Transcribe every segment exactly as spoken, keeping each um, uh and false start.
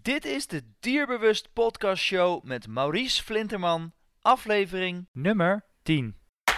Dit is de Dierbewust Podcast Show met Maurice Flinterman, aflevering nummer tien.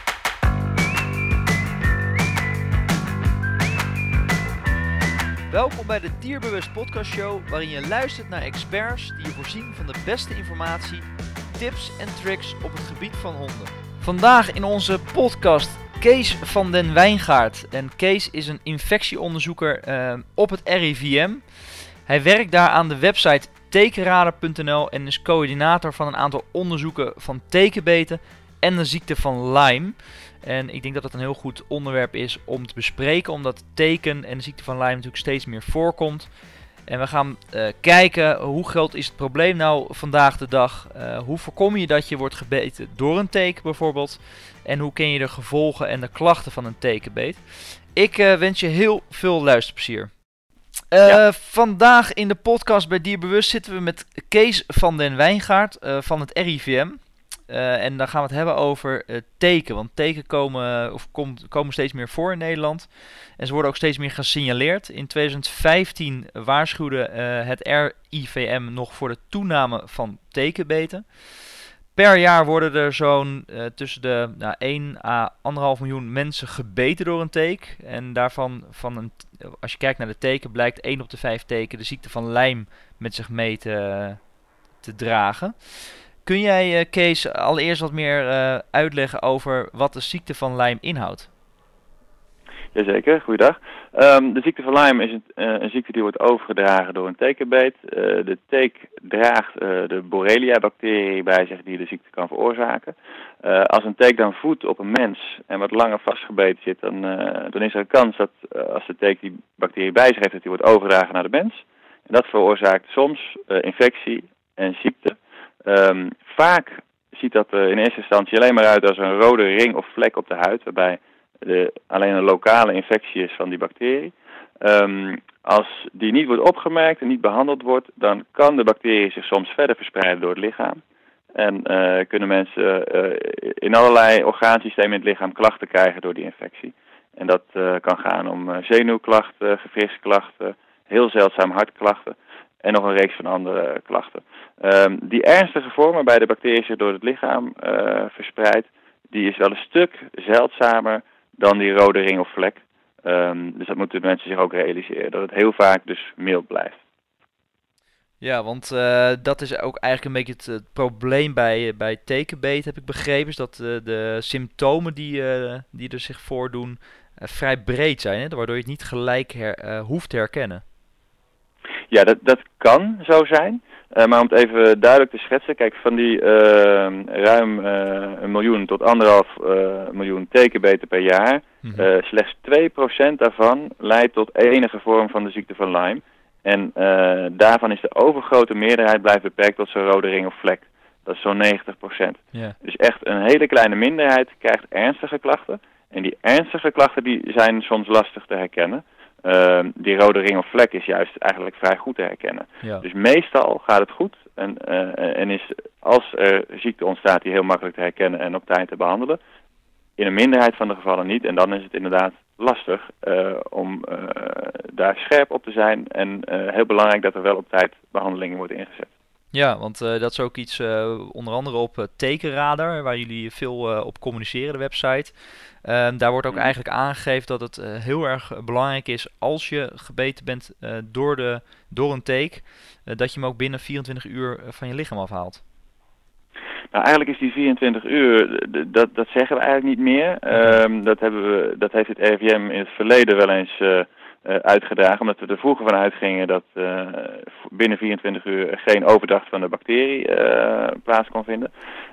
Welkom bij de Dierbewust Podcast Show, waarin je luistert naar experts die je voorzien van de beste informatie, tips en tricks op het gebied van honden. Vandaag in onze podcast Kees van den Wijngaard. En Kees is een infectieonderzoeker uh, op het R I V M. Hij werkt daar aan de website tekenradar punt n l en is coördinator van een aantal onderzoeken van tekenbeten en de ziekte van Lyme. En ik denk dat het een heel goed onderwerp is om te bespreken, omdat teken en de ziekte van Lyme natuurlijk steeds meer voorkomt. En we gaan uh, kijken hoe groot is het probleem nou vandaag de dag. Uh, hoe voorkom je dat je wordt gebeten door een teken bijvoorbeeld. En hoe ken je de gevolgen en de klachten van een tekenbeet. Ik uh, wens je heel veel luisterplezier. Uh, ja. Vandaag in de podcast bij Dierbewust zitten we met Kees van den Wijngaard uh, van het R I V M. Uh, en dan gaan we het hebben over uh, teken. Want teken komen, of kom, komen steeds meer voor in Nederland. En ze worden ook steeds meer gesignaleerd. In twintig vijftien waarschuwde uh, het R I V M nog voor de toename van tekenbeten. Per jaar worden er zo'n uh, tussen de nou, één à anderhalf miljoen mensen gebeten door een teek. En daarvan, van een, als je kijkt naar de teken, blijkt één op de vijf teken de ziekte van Lyme met zich mee te, te dragen. Kun jij, uh, Kees, allereerst wat meer uh, uitleggen over wat de ziekte van Lyme inhoudt? Jazeker, goeiedag. Um, de ziekte van Lyme is een, uh, een ziekte die wordt overgedragen door een tekenbeet. Uh, de teek draagt uh, de Borrelia-bacterie bij zich die de ziekte kan veroorzaken. Uh, als een teek dan voedt op een mens en wat langer vastgebeten zit, dan, uh, dan is er een kans dat uh, als de teek die bacterie bij zich heeft, dat die wordt overgedragen naar de mens. En dat veroorzaakt soms uh, infectie en ziekte. Um, vaak ziet dat er in eerste instantie alleen maar uit als een rode ring of vlek op de huid, waarbij de, alleen een lokale infectie is van die bacterie. Um, als die niet wordt opgemerkt en niet behandeld wordt, dan kan de bacterie zich soms verder verspreiden door het lichaam. En uh, kunnen mensen uh, in allerlei orgaansystemen in het lichaam klachten krijgen door die infectie. En dat uh, kan gaan om uh, zenuwklachten, gewrichtsklachten, heel zeldzaam hartklachten en nog een reeks van andere uh, klachten. Um, die ernstige vorm waarbij de bacterie zich door het lichaam uh, verspreidt, die is wel een stuk zeldzamer dan die rode ring of vlek. Um, dus dat moeten de mensen zich ook realiseren, dat het heel vaak dus mild blijft. Ja, want uh, dat is ook eigenlijk een beetje het, het probleem bij, bij tekenbeet, heb ik begrepen. Is dat uh, de symptomen die, uh, die er zich voordoen uh, vrij breed zijn, hè? Waardoor je het niet gelijk her, uh, hoeft te herkennen. Ja, dat, dat kan zo zijn. Uh, maar om het even duidelijk te schetsen, kijk, van die uh, ruim uh, een miljoen tot anderhalf uh, miljoen tekenbeten per jaar, mm-hmm. uh, slechts twee procent daarvan leidt tot enige vorm van de ziekte van Lyme. En uh, daarvan is de overgrote meerderheid blijft beperkt tot zo'n rode ring of vlek. Dat is zo'n negentig procent. Yeah. Dus echt een hele kleine minderheid krijgt ernstige klachten. En die ernstige klachten die zijn soms lastig te herkennen. Uh, die rode ring of vlek is juist eigenlijk vrij goed te herkennen. Ja. Dus meestal gaat het goed en, uh, en is als er ziekte ontstaat die heel makkelijk te herkennen en op tijd te behandelen. In een minderheid van de gevallen niet en dan is het inderdaad lastig uh, om uh, daar scherp op te zijn en uh, heel belangrijk dat er wel op tijd behandelingen worden ingezet. Ja, want uh, dat is ook iets uh, onder andere op uh, Tekenradar, waar jullie veel uh, op communiceren, de website. Uh, daar wordt ook mm. eigenlijk aangegeven dat het uh, heel erg belangrijk is als je gebeten bent uh, door, de, door een teek, uh, dat je hem ook binnen vierentwintig uur van je lichaam afhaalt. Nou, eigenlijk is die vierentwintig uur, dat, dat zeggen we eigenlijk niet meer. Okay. Um, dat, hebben we, dat heeft het R I V M in het verleden wel eens uh, uh, uitgedragen, omdat we er vroeger van uitgingen dat uh, binnen vierentwintig uur geen overdracht van de bacterie uh, plaats kon vinden.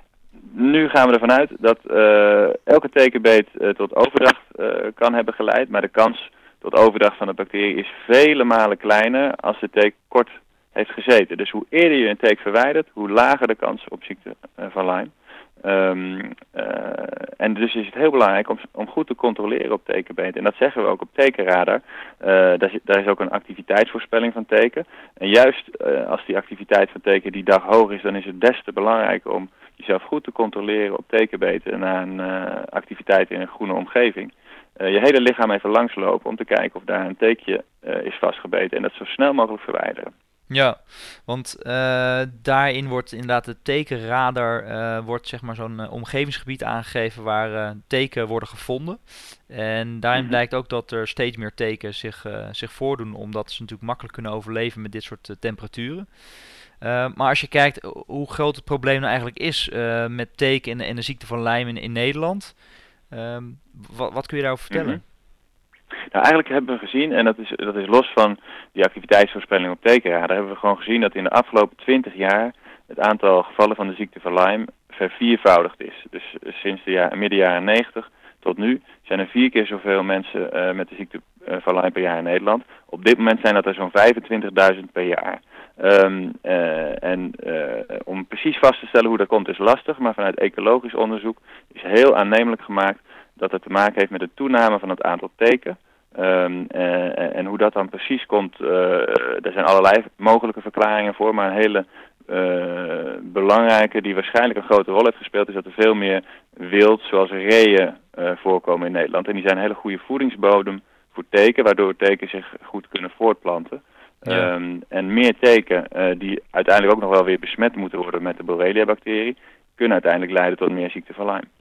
Nu gaan we ervan uit dat uh, elke tekenbeet uh, tot overdracht uh, kan hebben geleid, maar de kans tot overdracht van de bacterie is vele malen kleiner als de teek kort heeft gezeten. Dus hoe eerder je een teek verwijdert, hoe lager de kans op ziekte uh, van Lyme. Um, uh, en dus is het heel belangrijk om, om goed te controleren op tekenbeten. En dat zeggen we ook op tekenradar. Uh, daar, is, daar is ook een activiteitsvoorspelling van teken. En juist uh, als die activiteit van teken die dag hoog is, dan is het des te belangrijk om jezelf goed te controleren op tekenbeten na een uh, activiteit in een groene omgeving. Uh, je hele lichaam even langslopen om te kijken of daar een teekje uh, is vastgebeten en dat zo snel mogelijk verwijderen. Ja, want uh, daarin wordt inderdaad de tekenradar, uh, wordt zeg maar zo'n uh, omgevingsgebied aangegeven waar uh, teken worden gevonden. En daarin Mm-hmm. blijkt ook dat er steeds meer teken zich, uh, zich voordoen, omdat ze natuurlijk makkelijk kunnen overleven met dit soort uh, temperaturen. Uh, maar als je kijkt hoe groot het probleem nou eigenlijk is uh, met teken en, en de ziekte van Lyme in, in Nederland, uh, wat, wat kun je daarover vertellen? Mm-hmm. Nou, eigenlijk hebben we gezien, en dat is, dat is los van die activiteitsvoorspelling op tekenradar, hebben we gewoon gezien dat in de afgelopen twintig jaar het aantal gevallen van de ziekte van Lyme verviervoudigd is. Dus sinds de jaar, midden jaren negentig tot nu zijn er vier keer zoveel mensen uh, met de ziekte uh, van Lyme per jaar in Nederland. Op dit moment zijn dat er zo'n vijfentwintigduizend per jaar. Um, uh, en uh, om precies vast te stellen hoe dat komt is lastig, maar vanuit ecologisch onderzoek is heel aannemelijk gemaakt dat het te maken heeft met de toename van het aantal teken. Um, uh, en hoe dat dan precies komt, uh, er zijn allerlei mogelijke verklaringen voor, maar een hele uh, belangrijke die waarschijnlijk een grote rol heeft gespeeld is dat er veel meer wild, zoals reeën, uh, voorkomen in Nederland. En die zijn een hele goede voedingsbodem voor teken, waardoor teken zich goed kunnen voortplanten. Ja. Um, en meer teken, uh, die uiteindelijk ook nog wel weer besmet moeten worden met de Borrelia-bacterie, kunnen uiteindelijk leiden tot meer ziekte van Lyme.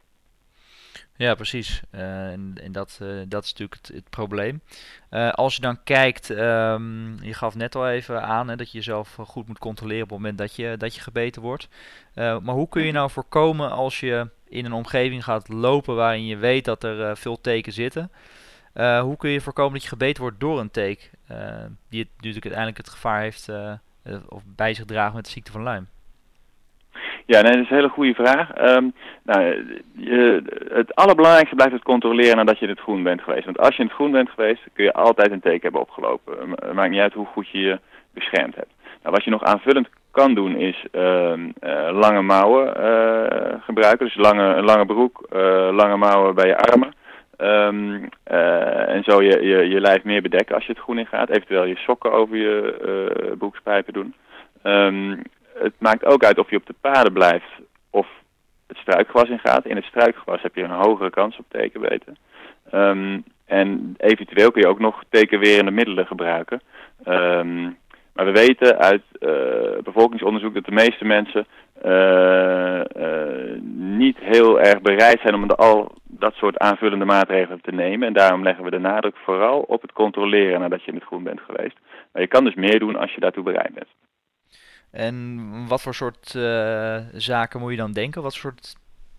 Ja, precies. Uh, en en dat, uh, dat is natuurlijk het, het probleem. Uh, als je dan kijkt, um, je gaf net al even aan hè, dat je jezelf goed moet controleren op het moment dat je, dat je gebeten wordt. Uh, maar hoe kun je nou voorkomen als je in een omgeving gaat lopen waarin je weet dat er uh, veel teken zitten? Uh, hoe kun je voorkomen dat je gebeten wordt door een teek uh, die het, natuurlijk uiteindelijk het gevaar heeft uh, uh, of bij zich draagt met de ziekte van Lyme? Ja, nee, dat is een hele goede vraag. Um, nou, je, het allerbelangrijkste blijft het controleren nadat je in het groen bent geweest. Want als je in het groen bent geweest, kun je altijd een teken hebben opgelopen. Het maakt niet uit hoe goed je je beschermd hebt. Nou, wat je nog aanvullend kan doen is uh, uh, lange mouwen uh, gebruiken. Dus lange, een lange broek, uh, lange mouwen bij je armen. Um, uh, en zo je, je, je lijf meer bedekken als je het groen in gaat. Eventueel je sokken over je uh, broekspijpen doen. Um, Het maakt ook uit of je op de paden blijft of het struikgewas ingaat. In het struikgewas heb je een hogere kans op tekenbeten. Um, en eventueel kun je ook nog tekenwerende middelen gebruiken. Um, maar we weten uit uh, bevolkingsonderzoek dat de meeste mensen uh, uh, niet heel erg bereid zijn om de, al dat soort aanvullende maatregelen te nemen. En daarom leggen we de nadruk vooral op het controleren nadat je in het groen bent geweest. Maar je kan dus meer doen als je daartoe bereid bent. En wat voor soort uh, zaken moet je dan denken? Wat soort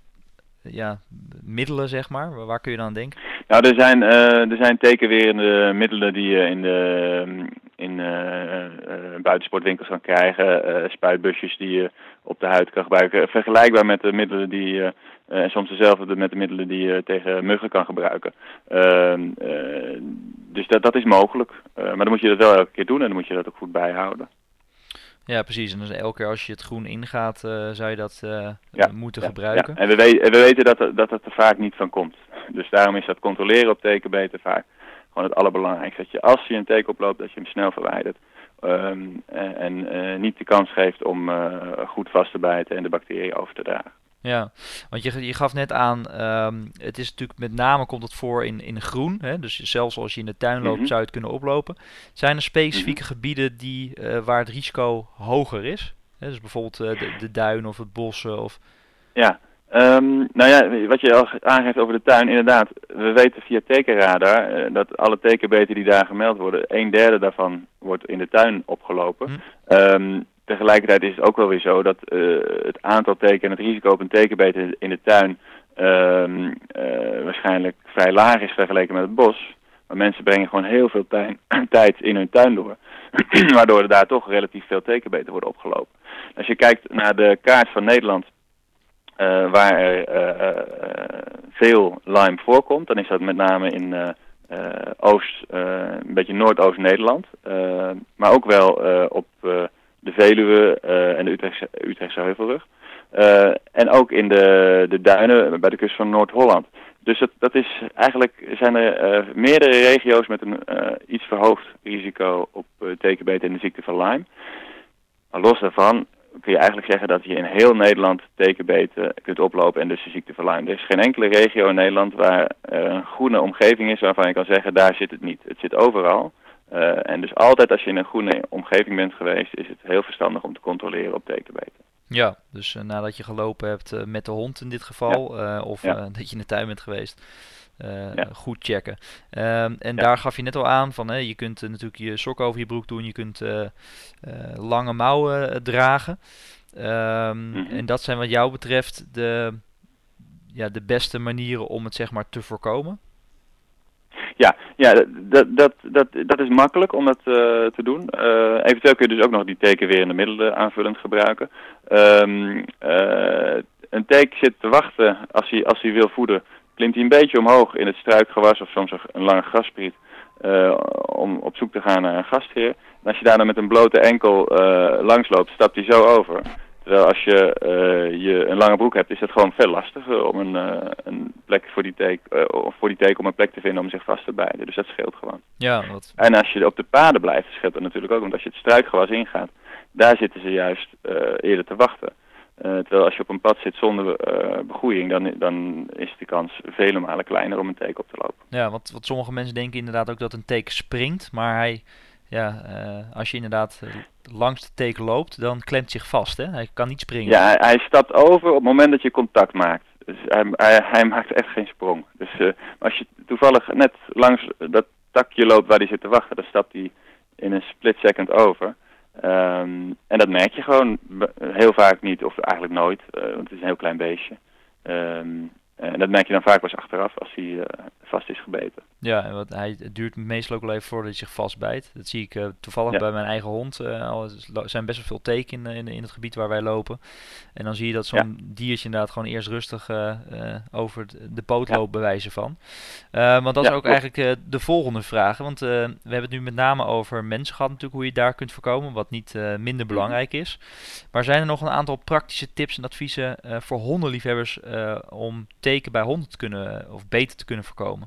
ja, middelen, zeg maar? Waar kun je dan aan denken? Nou, er zijn, uh, er zijn tekenwerende middelen die je in de in, uh, uh, buitensportwinkels kan krijgen. Uh, spuitbusjes die je op de huid kan gebruiken. Vergelijkbaar met de middelen die je, uh, en soms dezelfde met de middelen die je tegen muggen kan gebruiken. Uh, uh, dus dat, dat is mogelijk. Uh, maar dan moet je dat wel elke keer doen en dan moet je dat ook goed bijhouden. Ja, precies. En dus elke keer als je het groen ingaat, uh, zou je dat uh, ja, moeten ja, gebruiken. Ja. En we, we, we weten dat, dat het er vaak niet van komt. Dus daarom is dat controleren op tekenbeten vaak gewoon het allerbelangrijkste. Dat je als je een teken oploopt, dat je hem snel verwijdert. Um, en en uh, niet de kans geeft om uh, goed vast te bijten en de bacterie over te dragen. Ja, want je, je gaf net aan, um, het is natuurlijk met name komt het voor in, in groen. Hè? Dus zelfs als je in de tuin loopt, mm-hmm. zou je het kunnen oplopen. Zijn er specifieke mm-hmm. gebieden die, uh, waar het risico hoger is? Hè? Dus bijvoorbeeld uh, de, de duin of het bossen? Of... Ja, um, nou ja, wat je al aangeeft over de tuin, inderdaad. We weten via tekenradar uh, dat alle tekenbeten die daar gemeld worden, een derde daarvan wordt in de tuin opgelopen. Mm. Um, Tegelijkertijd is het ook wel weer zo dat uh, het aantal teken en het risico op een tekenbeet in de tuin uh, uh, waarschijnlijk vrij laag is vergeleken met het bos. Maar mensen brengen gewoon heel veel tij- tijd in hun tuin door, waardoor er daar toch relatief veel tekenbeten worden opgelopen. Als je kijkt naar de kaart van Nederland, uh, waar er uh, uh, veel Lyme voorkomt, dan is dat met name in uh, uh, Oost, uh, een beetje Noordoost-Nederland, uh, maar ook wel uh, op... Uh, de Veluwe uh, en de Utrechtse, Utrechtse Heuvelrug. Uh, en ook in de, de duinen bij de kust van Noord-Holland. Dus dat, dat is eigenlijk zijn er uh, meerdere regio's met een uh, iets verhoogd risico op uh, tekenbeten en de ziekte van Lyme. Maar los daarvan kun je eigenlijk zeggen dat je in heel Nederland tekenbeten kunt oplopen en dus de ziekte van Lyme. Er is geen enkele regio in Nederland waar uh, een groene omgeving is waarvan je kan zeggen daar zit het niet. Het zit overal. Uh, en dus altijd als je in een groene omgeving bent geweest, is het heel verstandig om te controleren op tekenbeten. Ja, dus uh, nadat je gelopen hebt uh, met de hond in dit geval, ja. uh, of ja. uh, dat je in de tuin bent geweest, uh, ja. goed checken. Um, en ja. daar gaf je net al aan van, hè, je kunt uh, natuurlijk je sok over je broek doen, je kunt uh, uh, lange mouwen uh, dragen. Um, mm-hmm. En dat zijn wat jou betreft de, ja, de beste manieren om het zeg maar te voorkomen? Ja, ja dat, dat, dat, dat is makkelijk om dat uh, te doen. Uh, eventueel kun je dus ook nog die tekenwerende middelen aanvullend gebruiken. Um, uh, een teek zit te wachten als hij, als hij wil voeden. Klimt hij een beetje omhoog in het struikgewas of soms een lange graspriet uh, om op zoek te gaan naar een gastheer. En als je daar dan met een blote enkel uh, langsloopt, stapt hij zo over. Terwijl als je, uh, je een lange broek hebt, is het gewoon veel lastiger om een, uh, een plek voor die teek, uh, of voor die teek om een plek te vinden om zich vast te bijten. Dus dat scheelt gewoon. Ja, wat... En als je op de paden blijft, scheelt dat natuurlijk ook. Want als je het struikgewas ingaat, daar zitten ze juist uh, eerder te wachten. Uh, terwijl als je op een pad zit zonder uh, begroeiing, dan, dan is de kans vele malen kleiner om een teek op te lopen. Ja, want wat sommige mensen denken inderdaad ook dat een teek springt, maar hij... Ja, uh, als je inderdaad uh, langs de teken loopt, dan klemt zich vast, hè? Hij kan niet springen. Ja, hij, hij stapt over op het moment dat je contact maakt. Dus hij, hij, hij maakt echt geen sprong. Dus uh, als je toevallig net langs dat takje loopt waar hij zit te wachten, dan stapt hij in een split second over. Um, en dat merk je gewoon heel vaak niet, of eigenlijk nooit, uh, want het is een heel klein beestje. Um, En dat merk je dan vaak pas achteraf als hij uh, vast is gebeten. Ja, en wat hij, het duurt meestal ook wel even voordat hij zich vastbijt. Dat zie ik uh, toevallig ja. bij mijn eigen hond. Uh, al zijn best wel veel teken in, in, in het gebied waar wij lopen. En dan zie je dat zo'n ja. diertje inderdaad gewoon eerst rustig uh, uh, over de poot loopt, ja. bij wijze van. Uh, want dat ja, is ook klopt. eigenlijk uh, de volgende vraag. Want uh, we hebben het nu met name over mensen gehad natuurlijk, hoe je daar kunt voorkomen. Wat niet uh, minder belangrijk is. Maar zijn er nog een aantal praktische tips en adviezen uh, voor hondenliefhebbers uh, om teken bij honden te kunnen, of beter te kunnen voorkomen?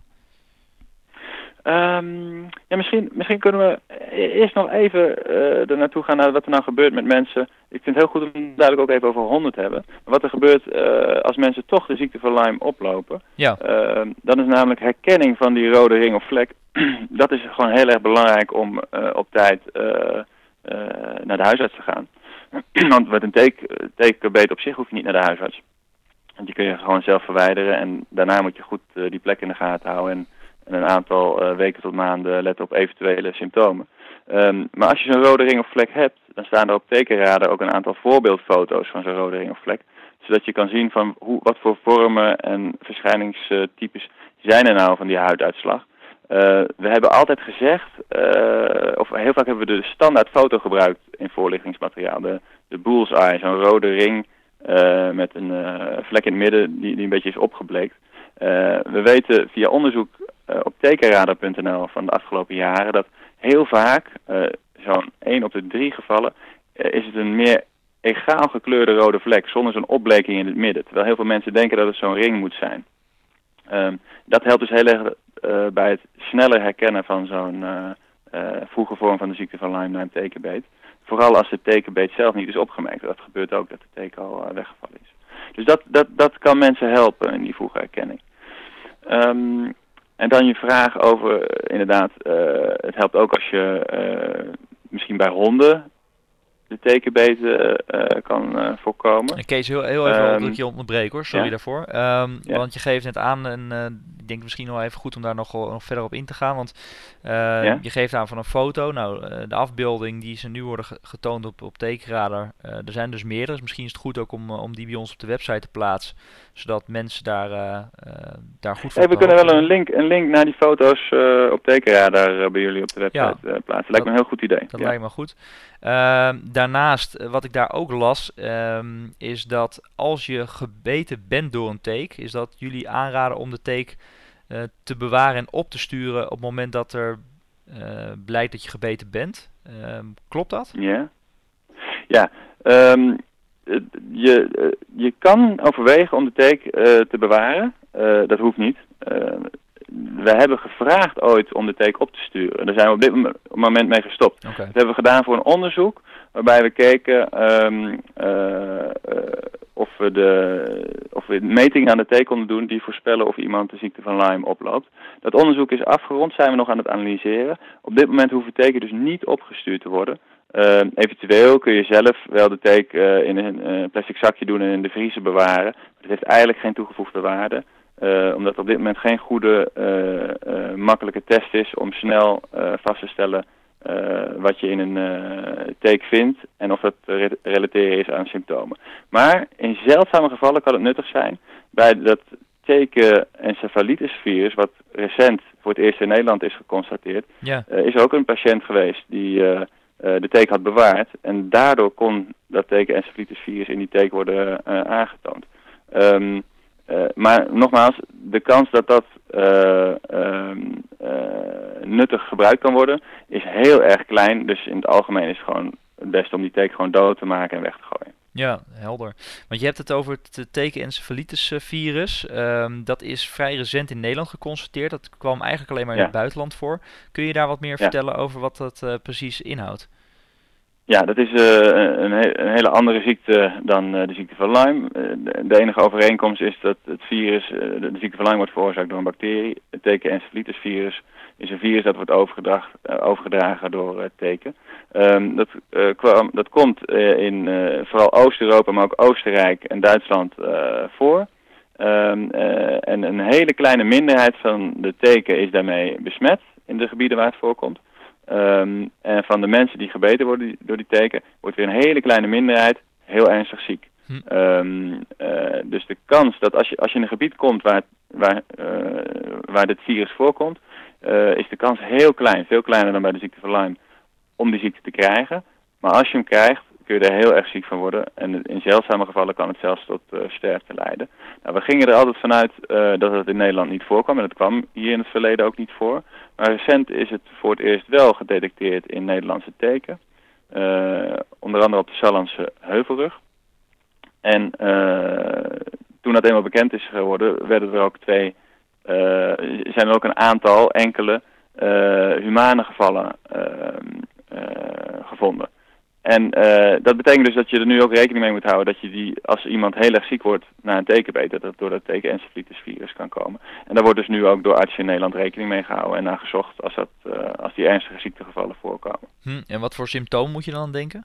Um, ja, misschien, misschien kunnen we eerst nog even uh, er naartoe gaan naar wat er nou gebeurt met mensen. Ik vind het heel goed om duidelijk ook even over honden te hebben. Wat er gebeurt uh, als mensen toch de ziekte van Lyme oplopen. Ja. Uh, dat is namelijk herkenning van die rode ring of vlek. Dat is gewoon heel erg belangrijk om uh, op tijd uh, uh, naar de huisarts te gaan. Want met een teek, tekenbeet op zich hoef je niet naar de huisarts. Want die kun je gewoon zelf verwijderen en daarna moet je goed uh, die plek in de gaten houden en, en een aantal uh, weken tot maanden letten op eventuele symptomen. Um, maar als je zo'n rode ring of vlek hebt, dan staan er op tekenraden ook een aantal voorbeeldfoto's van zo'n rode ring of vlek. Zodat je kan zien van hoe, wat voor vormen en verschijningstypes zijn er nou van die huiduitslag. Uh, we hebben altijd gezegd, uh, of heel vaak hebben we de standaard foto gebruikt in voorlichtingsmateriaal. De, de bullseye, zo'n rode ring. Uh, met een uh, vlek in het midden die, die een beetje is opgebleekt. Uh, we weten via onderzoek uh, op tekenradar punt n l van de afgelopen jaren dat heel vaak, uh, zo'n één op de drie gevallen, uh, is het een meer egaal gekleurde rode vlek zonder zo'n opbleking in het midden. Terwijl heel veel mensen denken dat het zo'n ring moet zijn. Um, dat helpt dus heel erg uh, bij het sneller herkennen van zo'n uh, uh, vroege vorm van de ziekte van Lyme, Lyme tekenbeet. Vooral als de tekenbeet zelf niet is opgemerkt. Dat gebeurt ook, dat de teken al uh, weggevallen is. Dus dat, dat, dat kan mensen helpen in die vroege herkenning. Um, en dan je vraag over, uh, inderdaad, uh, het helpt ook als je uh, misschien bij honden de tekenbeten uh, kan uh, voorkomen. En Kees, heel, heel even um, dat ik je onderbreek hoor, sorry ja? daarvoor. Um, ja. Want je geeft net aan, en uh, ik denk misschien wel even goed om daar nog, nog verder op in te gaan. Want uh, ja? je geeft aan van een foto. Nou, uh, de afbeelding die ze nu worden getoond op, op tekenradar, uh, er zijn dus meerdere. Dus misschien is het goed ook om, om die bij ons op de website te plaatsen. Zodat mensen daar, uh, uh, daar goed voor hey, we kunnen wel een link, een link naar die foto's uh, op tekenradar uh, bij jullie op de website ja, uh, plaatsen. Lijkt dat, me een heel goed idee. Dat ja. lijkt me goed. Uh, daarnaast, wat ik daar ook las, um, is dat als je gebeten bent door een teek, is dat jullie aanraden om de teek uh, te bewaren en op te sturen op het moment dat er uh, blijkt dat je gebeten bent. Uh, klopt dat? Ja. Ja. Um, je, uh, je kan overwegen om de teek uh, te bewaren. Uh, dat hoeft niet. Uh, we hebben gevraagd ooit om de teek op te sturen. Daar zijn we op dit moment mee gestopt. Okay. Dat hebben we gedaan voor een onderzoek waarbij we keken um, uh, uh, of we, de, of we metingen aan de teek konden doen die voorspellen of iemand de ziekte van Lyme oploopt. Dat onderzoek is afgerond, zijn we nog aan het analyseren. Op dit moment hoeven teken dus niet opgestuurd te worden. Uh, eventueel kun je zelf wel de teek uh, in een uh, plastic zakje doen en in de vriezer bewaren. Maar dat heeft eigenlijk geen toegevoegde waarde. Uh, omdat er op dit moment geen goede, uh, uh, makkelijke test is om snel uh, vast te stellen uh, wat je in een uh, teek vindt en of dat re- relateren is aan symptomen. Maar in zeldzame gevallen kan het nuttig zijn bij dat teken-encefalitis-virus, wat recent voor het eerst in Nederland is geconstateerd, ja. uh, is er ook een patiënt geweest die uh, uh, de teek had bewaard en daardoor kon dat teken-encefalitis-virus in die teek worden uh, aangetoond. Um, Uh, maar nogmaals, de kans dat dat uh, uh, uh, nuttig gebruikt kan worden is heel erg klein. Dus in het algemeen is het gewoon het beste om die teek gewoon dood te maken en weg te gooien. Ja, helder. Want je hebt het over het teken-encefalitis-virus. Um, dat is vrij recent in Nederland geconstateerd. Dat kwam eigenlijk alleen maar in ja. het buitenland voor. Kun je daar wat meer ja. vertellen over wat dat uh, precies inhoudt? Ja, dat is uh, een, he- een hele andere ziekte dan uh, de ziekte van Lyme. Uh, de, de enige overeenkomst is dat het virus, uh, de, de ziekte van Lyme wordt veroorzaakt door een bacterie. Het teken-encefalitis-virus is een virus dat wordt overgedragen, uh, overgedragen door uh, teken. Um, dat, uh, kwam, dat komt uh, in uh, vooral Oost-Europa, maar ook Oostenrijk en Duitsland uh, voor. Um, uh, en een hele kleine minderheid van de teken is daarmee besmet in de gebieden waar het voorkomt. Um, en van de mensen die gebeten worden die, door die teken, wordt weer een hele kleine minderheid heel ernstig ziek. Hm. Um, uh, dus de kans dat als je, als je in een gebied komt waar, waar, uh, waar dit virus voorkomt, uh, is de kans heel klein, veel kleiner dan bij de ziekte van Lyme, om die ziekte te krijgen. Maar als je hem krijgt, kun je er heel erg ziek van worden. En in zeldzame gevallen kan het zelfs tot uh, sterfte leiden. Nou, we gingen er altijd vanuit uh, dat het in Nederland niet voorkwam. En dat kwam hier in het verleden ook niet voor. Maar recent is het voor het eerst wel gedetecteerd in Nederlandse teken. Uh, onder andere op de Sallandse Heuvelrug. En uh, toen dat eenmaal bekend is geworden, werden er ook twee, uh, zijn er ook een aantal enkele uh, humane gevallen uh, uh, gevonden. En uh, dat betekent dus dat je er nu ook rekening mee moet houden dat je die, als iemand heel erg ziek wordt na een tekenbeet, dat dat door dat teken-encefalitis-virus kan komen. En daar wordt dus nu ook door artsen in Nederland rekening mee gehouden en naar gezocht als, dat, uh, als die ernstige ziektegevallen voorkomen. Hm, en wat voor symptoom moet je dan aan denken?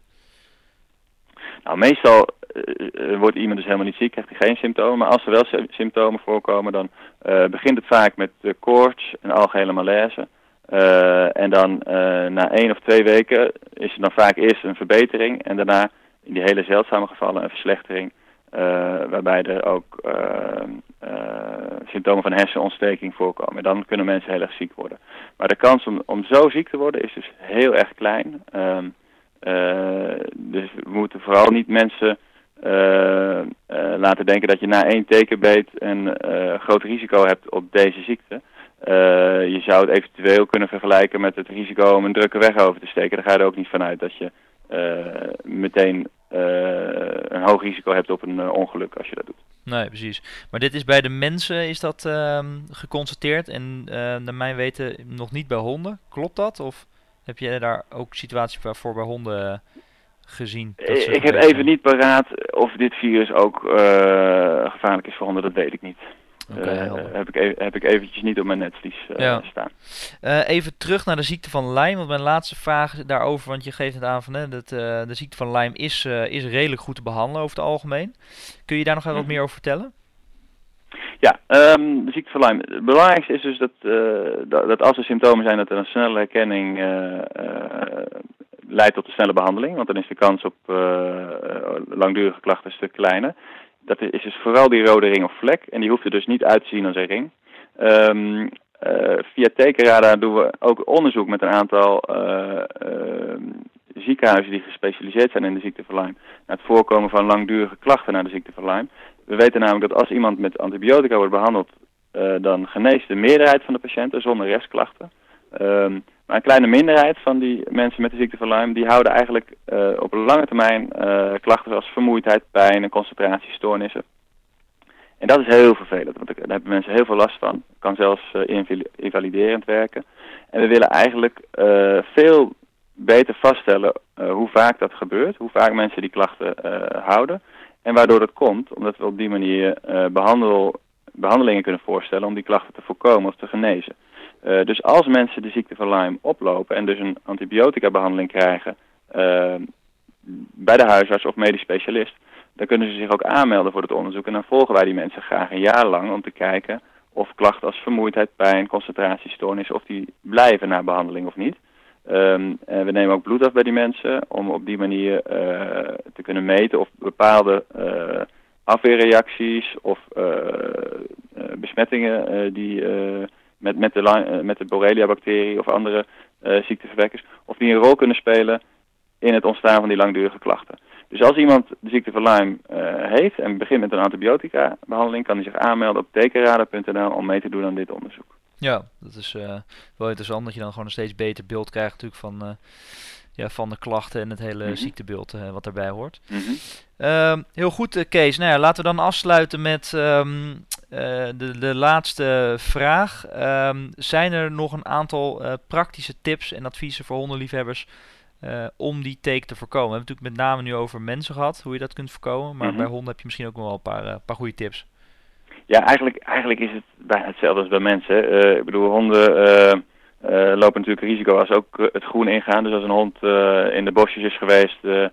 Nou, meestal uh, wordt iemand dus helemaal niet ziek, krijgt hij geen symptomen. Maar als er wel sy- symptomen voorkomen, dan uh, begint het vaak met uh, koorts en algehele malaise. Uh, en dan uh, na één of twee weken is er dan vaak eerst een verbetering en daarna in die hele zeldzame gevallen een verslechtering. Uh, waarbij er ook uh, uh, symptomen van hersenontsteking voorkomen. En dan kunnen mensen heel erg ziek worden. Maar de kans om, om zo ziek te worden is dus heel erg klein. Um, uh, dus we moeten vooral niet mensen uh, uh, laten denken dat je na één tekenbeet een uh, groot risico hebt op deze ziekte. Uh, je zou het eventueel kunnen vergelijken met het risico om een drukke weg over te steken. Daar ga je er ook niet vanuit dat je uh, meteen uh, een hoog risico hebt op een uh, ongeluk als je dat doet. Nee, precies. Maar dit is bij de mensen is dat uh, geconstateerd en uh, naar mijn weten nog niet bij honden. Klopt dat? Of heb je daar ook situaties voor bij honden gezien? Dat ze ik heb even zijn? niet paraat of dit virus ook uh, gevaarlijk is voor honden, dat weet ik niet. Okay, uh, heb, ik even, heb ik eventjes niet op mijn netvlies uh, ja. staan. Uh, even terug naar de ziekte van Lyme, want mijn laatste vraag daarover, want je geeft het aan van hè, dat uh, de ziekte van Lyme is, uh, is redelijk goed te behandelen over het algemeen. Kun je daar nog even wat meer over vertellen? Ja, um, de ziekte van Lyme. Het belangrijkste is dus dat, uh, dat, dat als er symptomen zijn dat er een snelle herkenning uh, uh, leidt tot een snelle behandeling, want dan is de kans op uh, langdurige klachten een stuk kleiner. Dat is dus vooral die rode ring of vlek. En die hoeft er dus niet uit te zien als een ring. Um, uh, via tekenradar doen we ook onderzoek met een aantal uh, uh, ziekenhuizen die gespecialiseerd zijn in de ziekte van Lyme. Naar het voorkomen van langdurige klachten naar de ziekte van Lyme. We weten namelijk dat als iemand met antibiotica wordt behandeld, uh, dan geneest de meerderheid van de patiënten zonder restklachten. Um, maar een kleine minderheid van die mensen met de ziekte van Lyme, die houden eigenlijk uh, op een lange termijn uh, klachten zoals vermoeidheid, pijn en concentratiestoornissen. En dat is heel vervelend, want daar hebben mensen heel veel last van. Het kan zelfs uh, invaliderend werken. En we willen eigenlijk uh, veel beter vaststellen uh, hoe vaak dat gebeurt, hoe vaak mensen die klachten uh, houden. En waardoor dat komt, omdat we op die manier uh, behandel, behandelingen kunnen voorstellen om die klachten te voorkomen of te genezen. Uh, dus als mensen de ziekte van Lyme oplopen en dus een antibiotica-behandeling krijgen uh, bij de huisarts of medisch specialist, dan kunnen ze zich ook aanmelden voor het onderzoek. En dan volgen wij die mensen graag een jaar lang om te kijken of klachten als vermoeidheid, pijn, concentratiestoornis, of die blijven na behandeling of niet. Um, en we nemen ook bloed af bij die mensen om op die manier uh, te kunnen meten of bepaalde uh, afweerreacties of uh, uh, besmettingen uh, die uh, met, met, de, uh, met de Borrelia-bacterie of andere uh, ziekteverwekkers, of die een rol kunnen spelen in het ontstaan van die langdurige klachten. Dus als iemand de ziekte van Lyme uh, heeft en begint met een antibiotica-behandeling, kan hij zich aanmelden op tekenradar punt n l om mee te doen aan dit onderzoek. Ja, dat is uh, wel interessant dat je dan gewoon een steeds beter beeld krijgt natuurlijk van, uh, ja, van de klachten en het hele mm-hmm. ziektebeeld uh, wat daarbij hoort. Mm-hmm. Uh, heel goed, uh, Kees. Nou ja, laten we dan afsluiten met um, uh, de, de laatste vraag. Um, zijn er nog een aantal uh, praktische tips en adviezen voor hondenliefhebbers uh, om die teek te voorkomen? We hebben het natuurlijk met name nu over mensen gehad, hoe je dat kunt voorkomen. Maar mm-hmm. bij honden heb je misschien ook nog wel een paar, uh, paar goede tips. Ja, eigenlijk, eigenlijk is het bijna hetzelfde als bij mensen. Uh, ik bedoel, honden uh, uh, lopen natuurlijk risico als ook uh, het groen ingaan. Dus als een hond uh, in de bosjes is geweest, uh,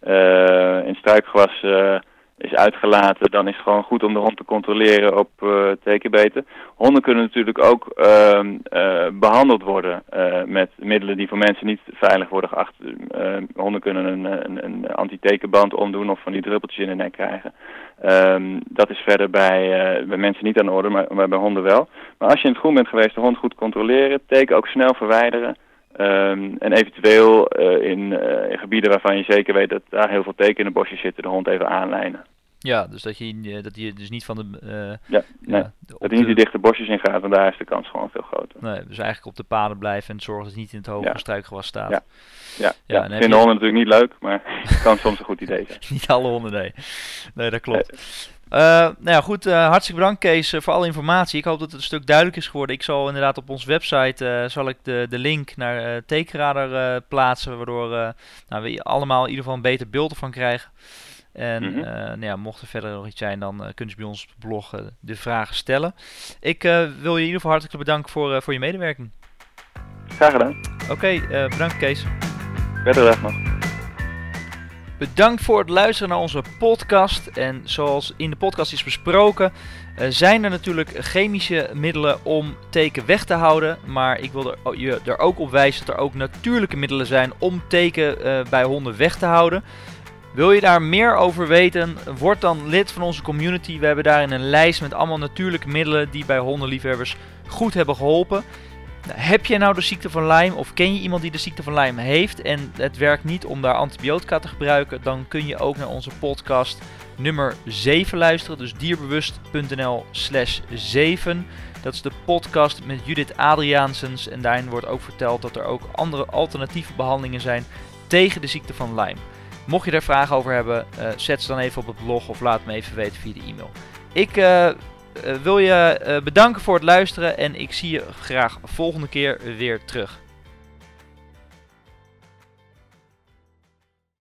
uh, in struikgewas uh, is uitgelaten, dan is het gewoon goed om de hond te controleren op uh, tekenbeten. Honden kunnen natuurlijk ook uh, uh, behandeld worden uh, met middelen die voor mensen niet veilig worden geacht. Uh, honden kunnen een, een, een anti-tekenband omdoen of van die druppeltjes in de nek krijgen. Um, dat is verder bij, uh, bij mensen niet aan de orde, maar, maar bij honden wel. Maar als je in het groen bent geweest, de hond goed controleren, teken ook snel verwijderen. Um, en eventueel uh, in, uh, in gebieden waarvan je zeker weet dat daar heel veel teken in de bosjes zitten, de hond even aanlijnen. Ja, dus dat je, dat je dus niet van de... Uh, ja, nee, ja, dat hij niet de dichte bosjes in gaat, want daar is de kans gewoon veel groter. Nee, dus eigenlijk op de paden blijven en zorgen dat het niet in het hoge ja. struikgewas staat. Ja, ja, ja. ja vinden je... honden natuurlijk niet leuk, maar het kan soms een goed idee zijn. Niet alle honden, nee. Nee, dat klopt. Nee. Uh, nou ja, goed, uh, hartstikke bedankt Kees uh, voor alle informatie. Ik hoop dat het een stuk duidelijk is geworden. Ik zal inderdaad op onze website uh, zal ik de, de link naar uh, tekenradar uh, plaatsen, waardoor uh, nou, we allemaal in ieder geval een beter beeld ervan krijgen. En mm-hmm. uh, nou ja, mocht er verder nog iets zijn, dan uh, kunnen ze bij ons op de blog uh, de vragen stellen. Ik uh, wil je in ieder geval hartelijk bedanken voor, uh, voor je medewerking. Graag gedaan. Oké, okay, uh, bedankt Kees. Verder dag nog. Bedankt voor het luisteren naar onze podcast. En zoals in de podcast is besproken, uh, zijn er natuurlijk chemische middelen om teken weg te houden. Maar ik wil er, je er ook op wijzen dat er ook natuurlijke middelen zijn om teken uh, bij honden weg te houden. Wil je daar meer over weten, word dan lid van onze community. We hebben daarin een lijst met allemaal natuurlijke middelen die bij hondenliefhebbers goed hebben geholpen. Nou, heb je nou de ziekte van Lyme of ken je iemand die de ziekte van Lyme heeft en het werkt niet om daar antibiotica te gebruiken, dan kun je ook naar onze podcast nummer zeven luisteren. Dus dierbewust punt n l slash zeven. Dat is de podcast met Judith Adriaansens en daarin wordt ook verteld dat er ook andere alternatieve behandelingen zijn tegen de ziekte van Lyme. Mocht je daar vragen over hebben, uh, zet ze dan even op het blog of laat me even weten via de e-mail. Ik uh, uh, wil je uh, bedanken voor het luisteren en ik zie je graag volgende keer weer terug.